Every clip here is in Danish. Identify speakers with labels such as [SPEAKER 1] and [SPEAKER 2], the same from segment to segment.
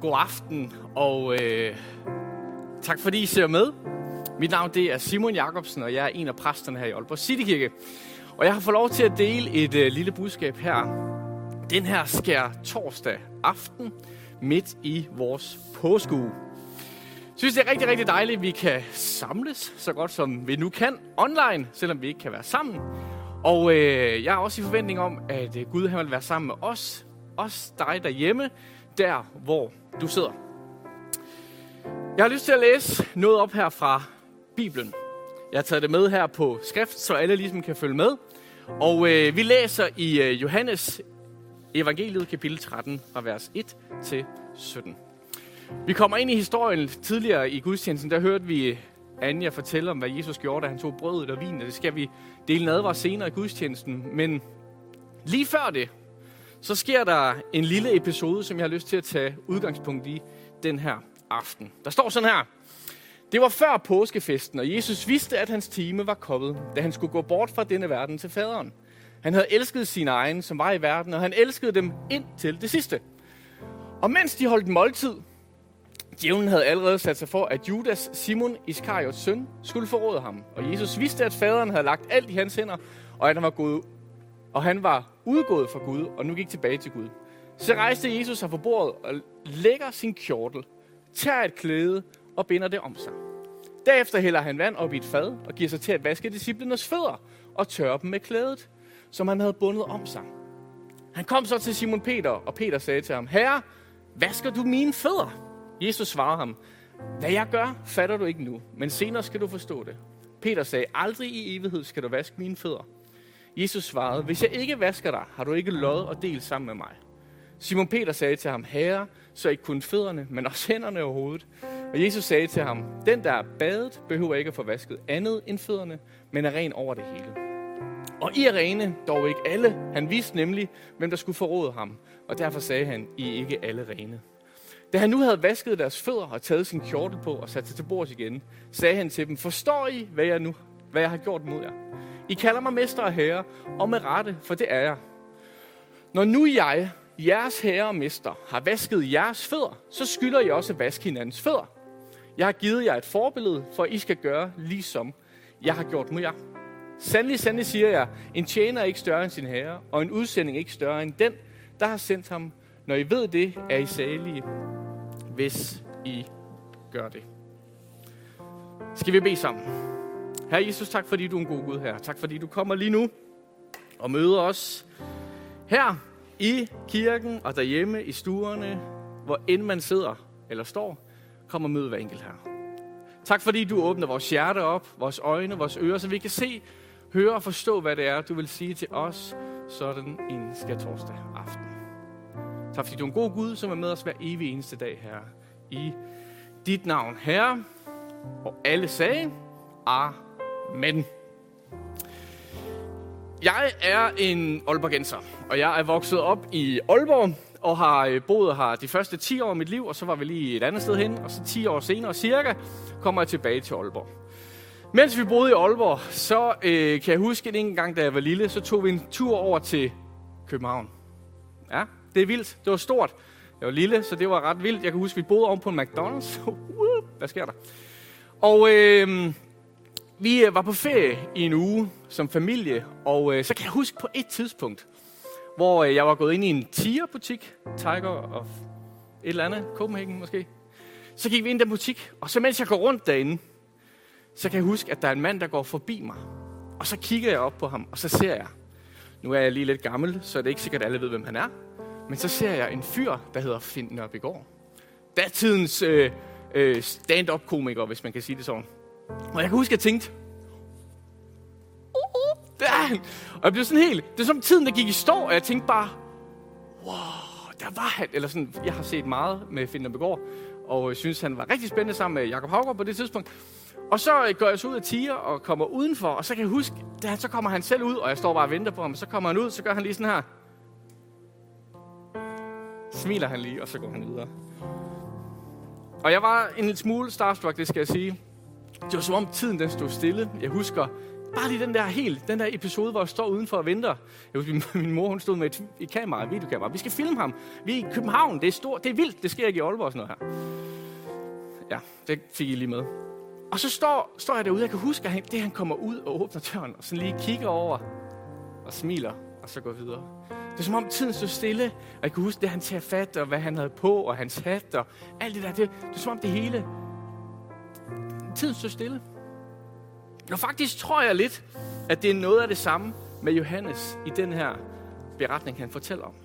[SPEAKER 1] god aften, og tak fordi I ser med. Mit navn det er Simon Jacobsen, og jeg er en af præsterne her i Aalborg Citykirke. Og jeg har fået lov til at dele et lille budskab her. Den her sker torsdag aften, midt i vores påskeuge. Jeg synes, det er rigtig, rigtig dejligt, at vi kan samles så godt, som vi nu kan online, selvom vi ikke kan være sammen. Og jeg er også i forventning om, at Gud han vil være sammen med os. Også dig derhjemme, der hvor du sidder. Jeg har lyst til at læse noget op her fra Bibelen. Jeg har taget det med her på skrift, så alle ligesom kan følge med. Og vi læser i Johannes evangeliet kapitel 13 fra vers 1 til 17. Vi kommer ind i historien tidligere i gudstjenesten. Der hørte vi Anja fortælle om, hvad Jesus gjorde, da han tog brødet og vinen. Det skal vi dele nadver senere i gudstjenesten. Men lige før det, så sker der en lille episode, som jeg har lyst til at tage udgangspunkt i den her aften. Der står sådan her. Det var før påskefesten, og Jesus vidste, at hans time var kommet, da han skulle gå bort fra denne verden til faderen. Han havde elsket sine egne, som var i verden, og han elskede dem ind til det sidste. Og mens de holdt måltid, djævlen havde allerede sat sig for, at Judas, Simon Iskariots søn, skulle forråde ham. Og Jesus vidste, at faderen havde lagt alt i hans hænder, og han var udgået fra Gud, og nu gik tilbage til Gud. Så rejste Jesus sig fra bordet og lægger sin kjortel, tager et klæde og binder det om sig. Derefter hælder han vand op i et fad og giver sig til at vaske disciplenes fødder og tørre dem med klædet, som han havde bundet om sig. Han kom så til Simon Peter, og Peter sagde til ham, Herre, vasker du mine fødder? Jesus svarede ham, hvad jeg gør, fatter du ikke nu, men senere skal du forstå det. Peter sagde, aldrig i evighed skal du vaske mine fødder. Jesus svarede, hvis jeg ikke vasker dig, har du ikke lod og del sammen med mig. Simon Peter sagde til ham, Herre, så ikke kun fødderne, men også hænderne og hovedet. Og Jesus sagde til ham, den der er badet, behøver ikke at få vasket andet end fødderne, men er ren over det hele. Og I er rene, dog ikke alle. Han vidste nemlig, hvem der skulle forråde ham, og derfor sagde han, I er ikke alle rene. Da han nu havde vasket deres fødder og taget sin kjortel på og sat sig til bords igen, sagde han til dem, forstår I, hvad jeg har gjort mod jer? I kalder mig mester og herre, og med rette, for det er jeg. Når nu jeg, jeres herre og mester, har vasket jeres fødder, så skylder I også at vaske hinandens fødder. Jeg har givet jer et forbillede, for I skal gøre ligesom jeg har gjort mod jer. Sandelig, sandelig siger jeg, en tjener er ikke større end sin herre, og en udsending ikke større end den, der har sendt ham. Når I ved det, er I salige, hvis I gør det. Skal vi bede sammen? Herre Jesus, tak fordi du er en god Gud her. Tak fordi du kommer lige nu og møder os her i kirken og derhjemme i stuerne, hvor end man sidder eller står, kom og møde hver enkelt her. Tak fordi du åbner vores hjerte op, vores øjne, vores ører, så vi kan se, høre og forstå, hvad det er, du vil sige til os sådan en skærtorsdag aften. Tak fordi du er en god Gud, som er med os hver evig eneste dag her. I dit navn, Herre. Og alle sagde, Amen. Jeg er en aalborgenser, og jeg er vokset op i Aalborg, og har boet her de første 10 år af mit liv, og så var vi lige et andet sted hen, og så 10 år senere cirka, kommer jeg tilbage til Aalborg. Mens vi boede i Aalborg, så kan jeg huske, at en gang, da jeg var lille, så tog vi en tur over til København. Ja, det er vildt. Det var stort. Jeg var lille, så det var ret vildt. Jeg kan huske, at vi boede oven på en McDonald's. Hvad sker der? Og vi var på ferie i en uge som familie, og så kan jeg huske på et tidspunkt, hvor jeg var gået ind i en Tiger-butik, Tiger og et eller andet, Copenhagen måske. Så gik vi ind i den butik, og så mens jeg går rundt derinde, så kan jeg huske, at der er en mand, der går forbi mig. Og så kigger jeg op på ham, og så ser jeg, nu er jeg lige lidt gammel, så det er ikke sikkert, at alle ved, hvem han er, men så ser jeg en fyr, der hedder Finn Nørbegaard. Datidens stand-up-komiker, hvis man kan sige det sådan. Og jeg kan huske, at jeg tænkte, der er han. Og jeg blev sådan helt, det er som tiden, der gik i stå, og jeg tænkte bare, wow, der var han. Eller sådan, jeg har set meget med Finn Nørbegaard, og synes, han var rigtig spændende sammen med Jacob Haugaard på det tidspunkt. Og så går jeg så ud af Tiger og kommer udenfor, og så kan jeg huske, så kommer han selv ud, og jeg står bare og venter på ham, og så kommer han ud, så gør han lige sådan her. Smiler han lige, og så går han videre. Og jeg var en lille smule starstruck, det skal jeg sige. Det var som om tiden den stod stille. Jeg husker Bare lige den der episode, hvor jeg står udenfor og venter. Jeg husker, min mor, hun stod med et kamera, et videokamera. Vi skal filme ham. Vi er i København. Det er stort. Det er vildt. Det sker ikke i Aalborg sådan noget her. Ja, det fik I lige med. Og så står jeg derude. Jeg kan huske, at han kommer ud og åbner døren, og så lige kigger over og smiler, og så går videre. Det er som om tiden stod stille, og jeg kan huske det, han tager fat, og hvad han havde på, og hans hat, og alt det der. Det er som om det hele. Tiden stod stille. Og faktisk tror jeg lidt, at det er noget af det samme med Johannes i den her beretning, han fortæller om.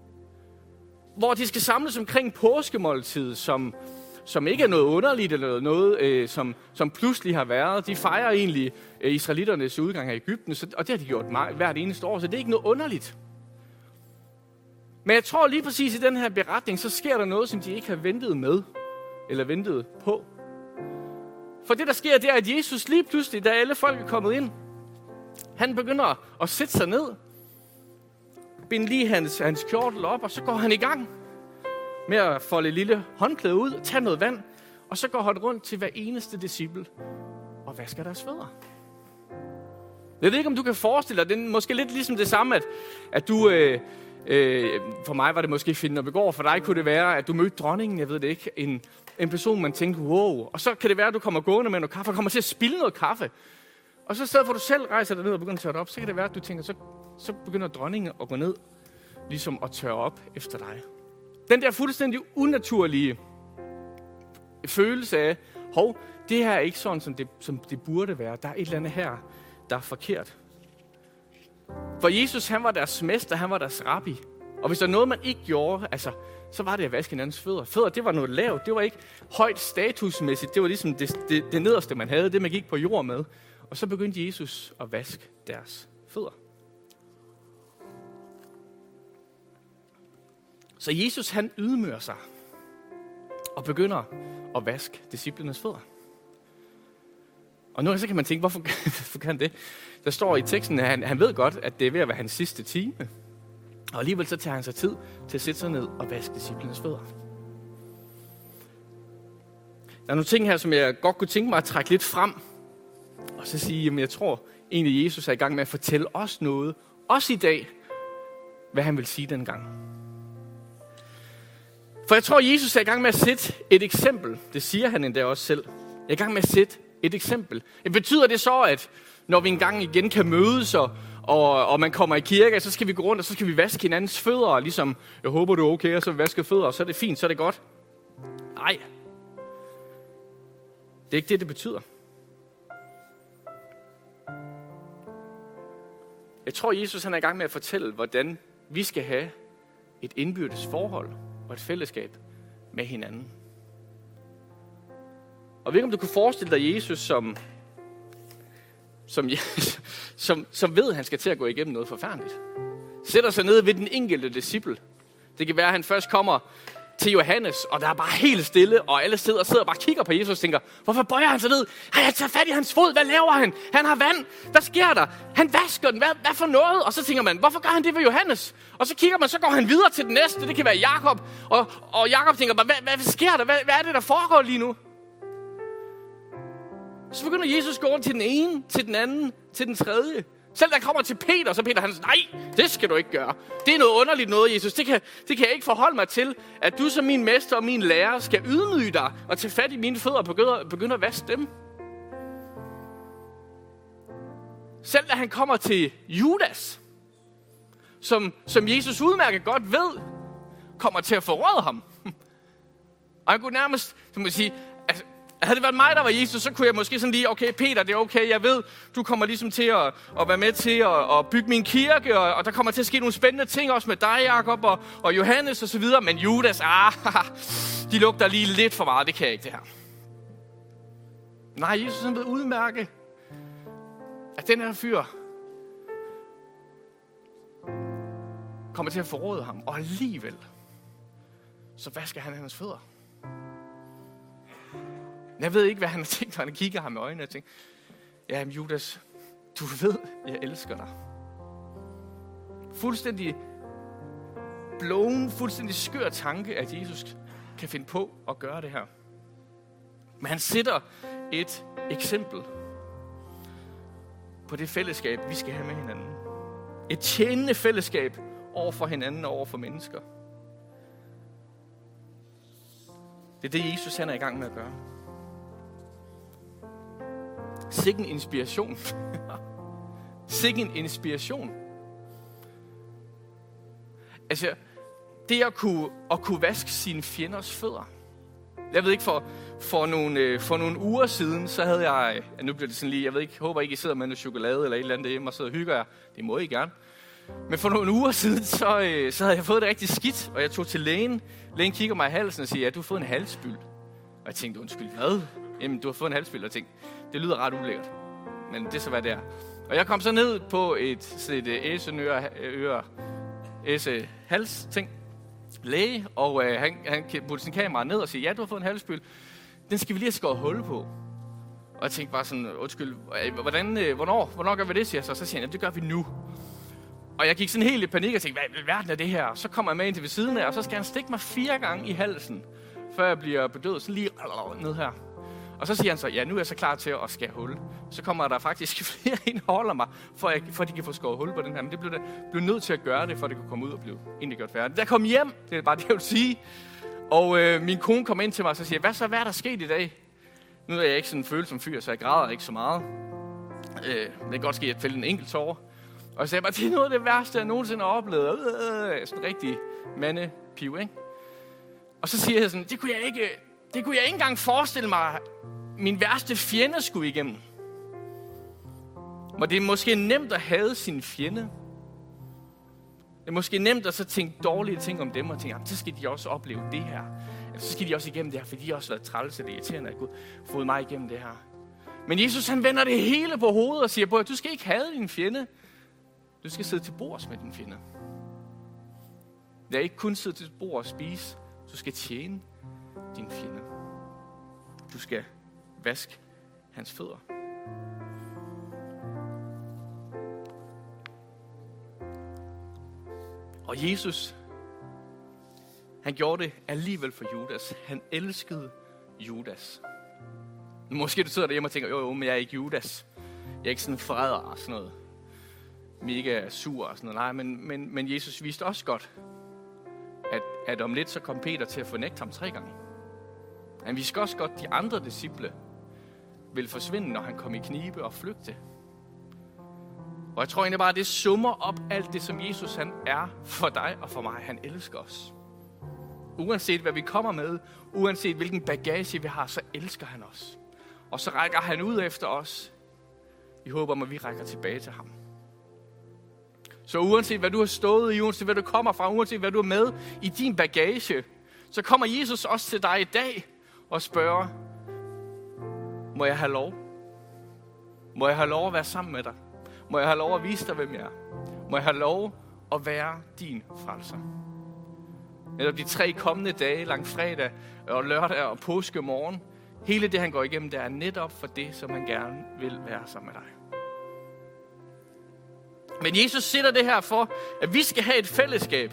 [SPEAKER 1] Hvor de skal samles omkring påskemåltidet, som ikke er noget underligt, eller noget, som pludselig har været. De fejrer egentlig israeliternes udgang af Egypten, og det har de gjort hvert eneste år, så det er ikke noget underligt. Men jeg tror lige præcis i den her beretning, så sker der noget, som de ikke har ventet med, eller ventet på. For det, der sker, det er, at Jesus lige pludselig, da alle folk er kommet ind, han begynder at sætte sig ned, binde lige hans kjortel op, og så går han i gang med at folde et lille håndklæde ud, tage noget vand, og så går han rundt til hver eneste disciple og vasker deres fødder. Jeg ved ikke, om du kan forestille dig, det er måske lidt ligesom det samme, at du... for mig var det måske Finn og Begård, for dig kunne det være, at du mødte dronningen, jeg ved det ikke, en person, man tænkte, wow. Og så kan det være, at du kommer gående med noget kaffe, og kommer til at spilde noget kaffe. Og så i stedet for, at du selv rejser dig ned og begynder at tørre det op, så kan det være, at du tænker, så begynder dronningen at gå ned, ligesom at tørre op efter dig. Den der fuldstændig unaturlige følelse af, det her er ikke sådan, som det burde være. Der er et eller andet her, der er forkert. For Jesus, han var deres mester, han var deres rabbi. Og hvis der er noget, man ikke gjorde, så var det at vaske hinandens fødder. Fødder, det var noget lavt. Det var ikke højt statusmæssigt. Det var ligesom det nederste, man havde. Det, man gik på jord med. Og så begyndte Jesus at vaske deres fødder. Så Jesus, han ydmyger sig. Og begynder at vaske disciplenes fødder. Og nu så kan man tænke, hvorfor kan han det? Der står i teksten, at han ved godt, at det er ved at være hans sidste time. Og alligevel så tager han sig tid til at sætte sig ned og vaske disciplenes fødder. Der er nogle ting her, som jeg godt kunne tænke mig at trække lidt frem. Og så sige, at jeg tror egentlig, Jesus er i gang med at fortælle os noget. Også i dag, hvad han vil sige dengang. For jeg tror, Jesus er i gang med at sætte et eksempel. Det siger han endda også selv. Jeg er i gang med at sætte et eksempel. Betyder det så, at når vi engang igen kan mødes, og man kommer i kirke, så skal vi gå rundt, og så skal vi vaske hinandens fødder, og ligesom, jeg håber du er okay, og så vasker fødder, og så er det fint, så er det godt. Nej. Det er ikke det betyder. Jeg tror, Jesus han er i gang med at fortælle, hvordan vi skal have et indbyrdes forhold og et fællesskab med hinanden. Og jeg ved ikke, om du kunne forestille dig Jesus, som ved, at han skal til at gå igennem noget forfærdeligt. Sætter sig ned ved den enkelte disciple. Det kan være, at han først kommer til Johannes, og der er bare helt stille, og alle sidder og bare kigger på Jesus og tænker, hvorfor bøjer han sig ned? Han tager fat i hans fod, hvad laver han? Han har vand, hvad sker der? Han vasker den, hvad for noget? Og så tænker man, hvorfor gør han det ved Johannes? Og så kigger man, så går han videre til den næste, det kan være Jakob, og Jakob tænker bare, hvad sker der? Hvad er det, der foregår lige nu? Så begynder Jesus at gå rundt til den ene, til den anden, til den tredje. Selv der kommer til Peter, så Peter han siger, nej, det skal du ikke gøre. Det er noget underligt noget, Jesus. Det kan jeg ikke forholde mig til, at du som min mester og min lærer skal ydmyge dig og tage fat i mine fødder og begynde at vaske dem. Selv da han kommer til Judas, som Jesus udmærket godt ved, kommer til at forråde ham. Og han kunne nærmest, som man sige, havde det været mig, der var Jesus, så kunne jeg måske sådan lige, okay, Peter, det er okay, jeg ved, du kommer ligesom til at være med til at bygge min kirke, og der kommer til at ske nogle spændende ting også med dig, Jakob, og Johannes og så videre, men Judas, de lugter lige lidt for meget, det kan jeg ikke, det her. Nej, Jesus han ved udmærke, at den her fyr kommer til at forråde ham, og alligevel, så vasker han hans fødder. Jeg ved ikke, hvad han har tænkt, når han kigger ham i øjnene og tænker, ja, Judas, du ved, jeg elsker dig. Fuldstændig blown, fuldstændig skør tanke, at Jesus kan finde på at gøre det her. Men han sætter et eksempel. på det fællesskab, vi skal have med hinanden. Et tjenende fællesskab over for hinanden og over for mennesker. Det er det, Jesus han er i gang med at gøre. Sikke en inspiration. Sikke en inspiration. Altså, det at kunne vaske sine fjenders fødder. Jeg ved ikke, for nogle uger siden, så havde jeg, nu bliver det sådan lige, jeg ved ikke, håber ikke, I sidder med noget chokolade eller et eller andet hjemme og sidder og hygger jer. Det må I gerne. Men for nogle uger siden, så havde jeg fået det rigtig skidt, og jeg tog til lægen. Lægen kigger mig i halsen og siger, ja, du har fået en halsbyld. Og jeg tænkte, undskyld, hvad? Jamen, du har fået en halsbyld, og jeg tænkte, det lyder ret ulækkert. Men det er så, hvad det er. Og jeg kom så ned på et æse-hals-ting, læge, og han puttede sin kamera ned og siger, ja, du har fået en halsbyld. Den skal vi lige have skåret hul på. Og jeg tænkte bare sådan, undskyld, hvornår gør vi det, siger jeg så? Så siger han, ja, det gør vi nu. Og jeg gik sådan helt i panik og tænkte, hvad i verden er det her? Så kommer jeg med ind til ved siden af, og så skal han stikke mig 4 gange i halsen, før jeg bliver bedøvet, sådan lige ned her. Og så siger han så, ja, nu er jeg så klar til at skære hul. Så kommer der faktisk flere ind og holder mig, for de kan få skåret hul på den her. Men det blev nødt til at gøre det, for det kunne komme ud og blive egentlig gjort færdigt. Da jeg kom hjem, det er bare det, jeg vil sige. Og min kone kom ind til mig og så siger, hvad er der sket i dag? Nu er jeg ikke sådan en følsom fyr, så jeg græder ikke så meget. Det kan godt ske, at jeg fælder en enkelt tårer. Og jeg sagde bare, det er noget af det værste, jeg nogensinde har oplevet. Sådan en rigtig mandepiv, ikke? Og så siger jeg sådan, det kunne jeg ikke engang forestille mig, min værste fjende skulle igennem. Og det er måske nemt at hade sin fjende. Det er måske nemt at så tænke dårlige ting om dem, og tænke, så skal de også opleve det her. Eller så skal de også igennem det her, for de har også været træls, og det irriterende, at Gud har fået mig igennem det her. Men Jesus, han vender det hele på hovedet og siger, du skal ikke hade din fjende. Du skal sidde til bords med din fjende. Det er ikke kun sidde til bord og spise. Du skal tjene din fjende. Du skal vaske hans fødder. Og Jesus, han gjorde det alligevel for Judas. Han elskede Judas. Måske du sidder derhjemme og tænker, jo, men jeg er ikke Judas. Jeg er ikke sådan en forræder og sådan noget. Mega sur og sådan noget. Nej, men Jesus vidste også godt, at om lidt så kom Peter til at fornægte ham 3 gange. Han vidste også godt, at de andre disciple ville forsvinde, når han kom i knibe og flygte. Og jeg tror egentlig bare, at det summer op alt det, som Jesus han er for dig og for mig. Han elsker os. Uanset hvad vi kommer med, uanset hvilken bagage vi har, så elsker han os. Og så rækker han ud efter os. Vi håber om, at vi rækker tilbage til ham. Så uanset hvad du har stået i, uanset hvad du kommer fra, uanset hvad du er med i din bagage, så kommer Jesus også til dig i dag og spørger, må jeg have lov? Må jeg have lov at være sammen med dig? Må jeg have lov at vise dig, hvem jeg er? Må jeg have lov at være din frelser? Netop de 3 kommende dage, langfredag og lørdag og påskemorgen, hele det han går igennem, det er netop for det, som han gerne vil være sammen med dig. Men Jesus sætter det her for, at vi skal have et fællesskab,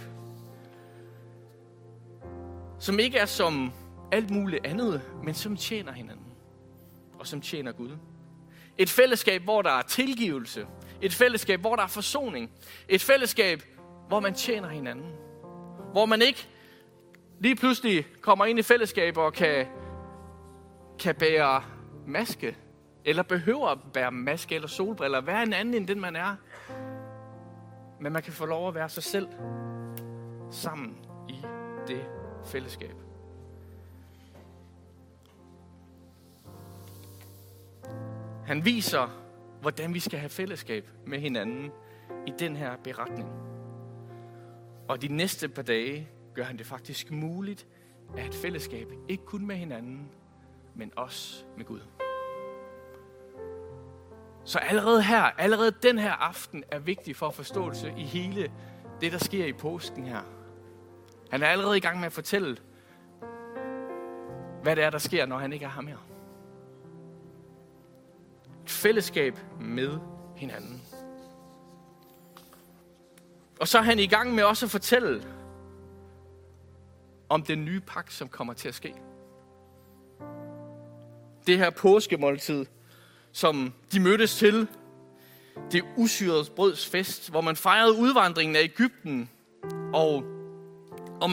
[SPEAKER 1] som ikke er som alt muligt andet, men som tjener hinanden. Og som tjener Gud. Et fællesskab, hvor der er tilgivelse. Et fællesskab, hvor der er forsoning. Et fællesskab, hvor man tjener hinanden. Hvor man ikke lige pludselig kommer ind i fællesskaber og kan bære maske. Eller behøver at bære maske eller solbriller. Være en anden end den, man er. Men man kan få lov at være sig selv sammen i det fællesskab. Han viser, hvordan vi skal have fællesskab med hinanden i den her beretning. Og de næste par dage gør han det faktisk muligt at have et fællesskab, ikke kun med hinanden, men også med Gud. Så allerede den her aften er vigtig for forståelse i hele det, der sker i påsken her. Han er allerede i gang med at fortælle, hvad det er, der sker, når han ikke er her mere. Et fællesskab med hinanden. Og så er han i gang med også at fortælle om den nye pagt, som kommer til at ske. Det her påskemåltid, som de mødtes til, det usyrede brøds fest, hvor man fejrede udvandringen af Egypten, og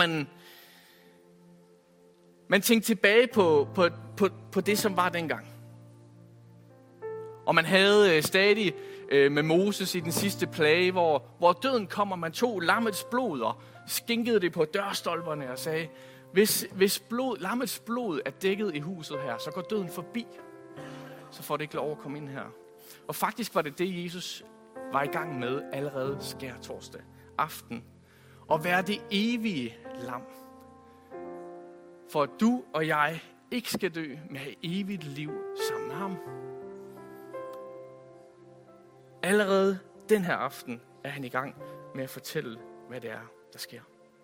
[SPEAKER 1] man tænkte tilbage på det, som var dengang. Og man havde stadig med Moses i den sidste plage, hvor døden kom, og man tog lammets blod og skinkede det på dørstolperne og sagde, hvis lammets blod er dækket i huset her, så går døden forbi. Så får det ikke lov at komme ind her. Og faktisk var det Jesus var i gang med allerede skærtorsdag aften. At være det evige lam. For at du og jeg ikke skal dø, men have evigt liv sammen med ham. Allerede den her aften er han i gang med at fortælle, hvad det er, der sker.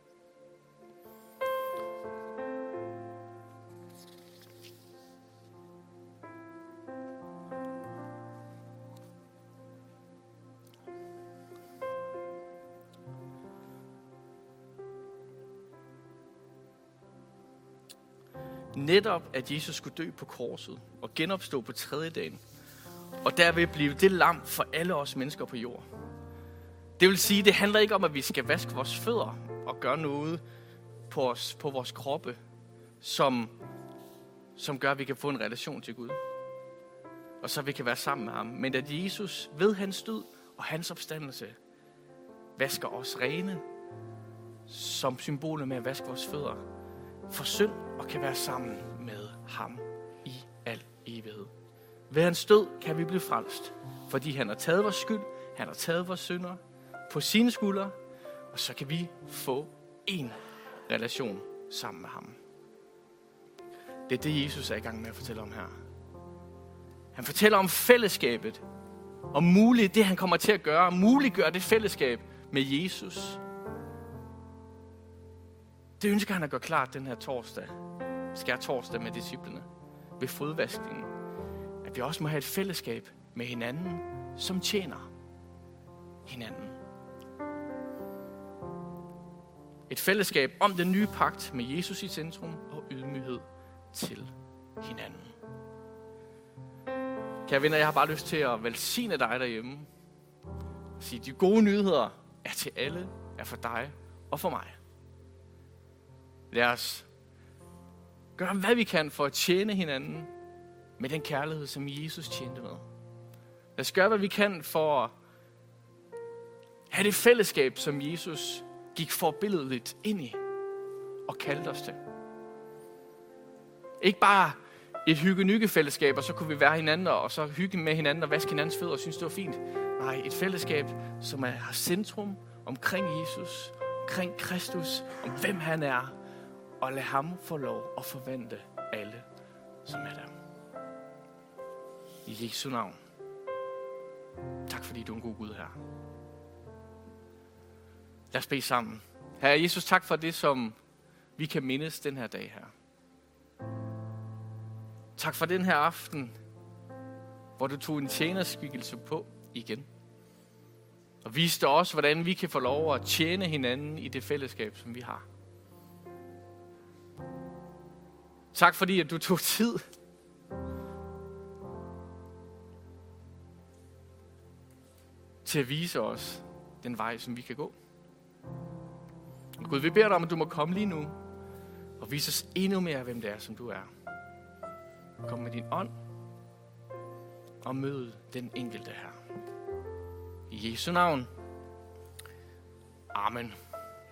[SPEAKER 1] Netop at Jesus skulle dø på korset og genopstå på tredje dagen, og derved blive det lam for alle os mennesker på jord. Det vil sige, det handler ikke om, at vi skal vaske vores fødder og gøre noget på vores kroppe, som gør, at vi kan få en relation til Gud. Og så vi kan være sammen med ham. Men at Jesus ved hans død og hans opstandelse vasker os rene, som symbolet med at vaske vores fødder, for synd og kan være sammen med ham i al evighed. Ved hans død kan vi blive frelst, fordi han har taget vores skyld, han har taget vores synder på sine skuldre, og så kan vi få en relation sammen med ham. Det er det, Jesus er i gang med at fortælle om her. Han fortæller om fællesskabet, og det han kommer til at gøre, muliggør det fællesskab med Jesus. Det ønsker han at gøre klart den her skærtorsdag med disciplene ved fodvaskningen. At vi også må have et fællesskab med hinanden, som tjener hinanden. Et fællesskab om den nye pagt med Jesus i centrum og ydmyghed til hinanden. Kære venner, jeg har bare lyst til at velsigne dig derhjemme. Sige, de gode nyheder er til alle, er for dig og for mig. Lad os gøre, hvad vi kan for at tjene hinanden med den kærlighed, som Jesus tjente med. Lad os gøre, hvad vi kan for at have det fællesskab, som Jesus gik forbilledeligt ind i og kaldte os til. Ikke bare et hygge-nygge-fællesskab, og så kunne vi være hinanden og så hygge med hinanden og vaske hinandens fødder og synes, det var fint. Nej, et fællesskab, som har centrum omkring Jesus, omkring Kristus, om hvem han er, og lad ham få lov at forvente alle, som er der. I Jesu navn. Tak fordi du er en god Gud her. Lad os bede sammen. Herre Jesus, tak for det, som vi kan mindes den her dag her. Tak for den her aften, hvor du tog en tjenerskikkelse på igen. Og viste os, hvordan vi kan få lov at tjene hinanden i det fællesskab, som vi har. Tak fordi, at du tog tid til at vise os den vej, som vi kan gå. Og Gud, vi beder dig om, at du må komme lige nu og vise os endnu mere, hvem det er, som du er. Kom med din ånd og mød den enkelte her. I Jesu navn. Amen.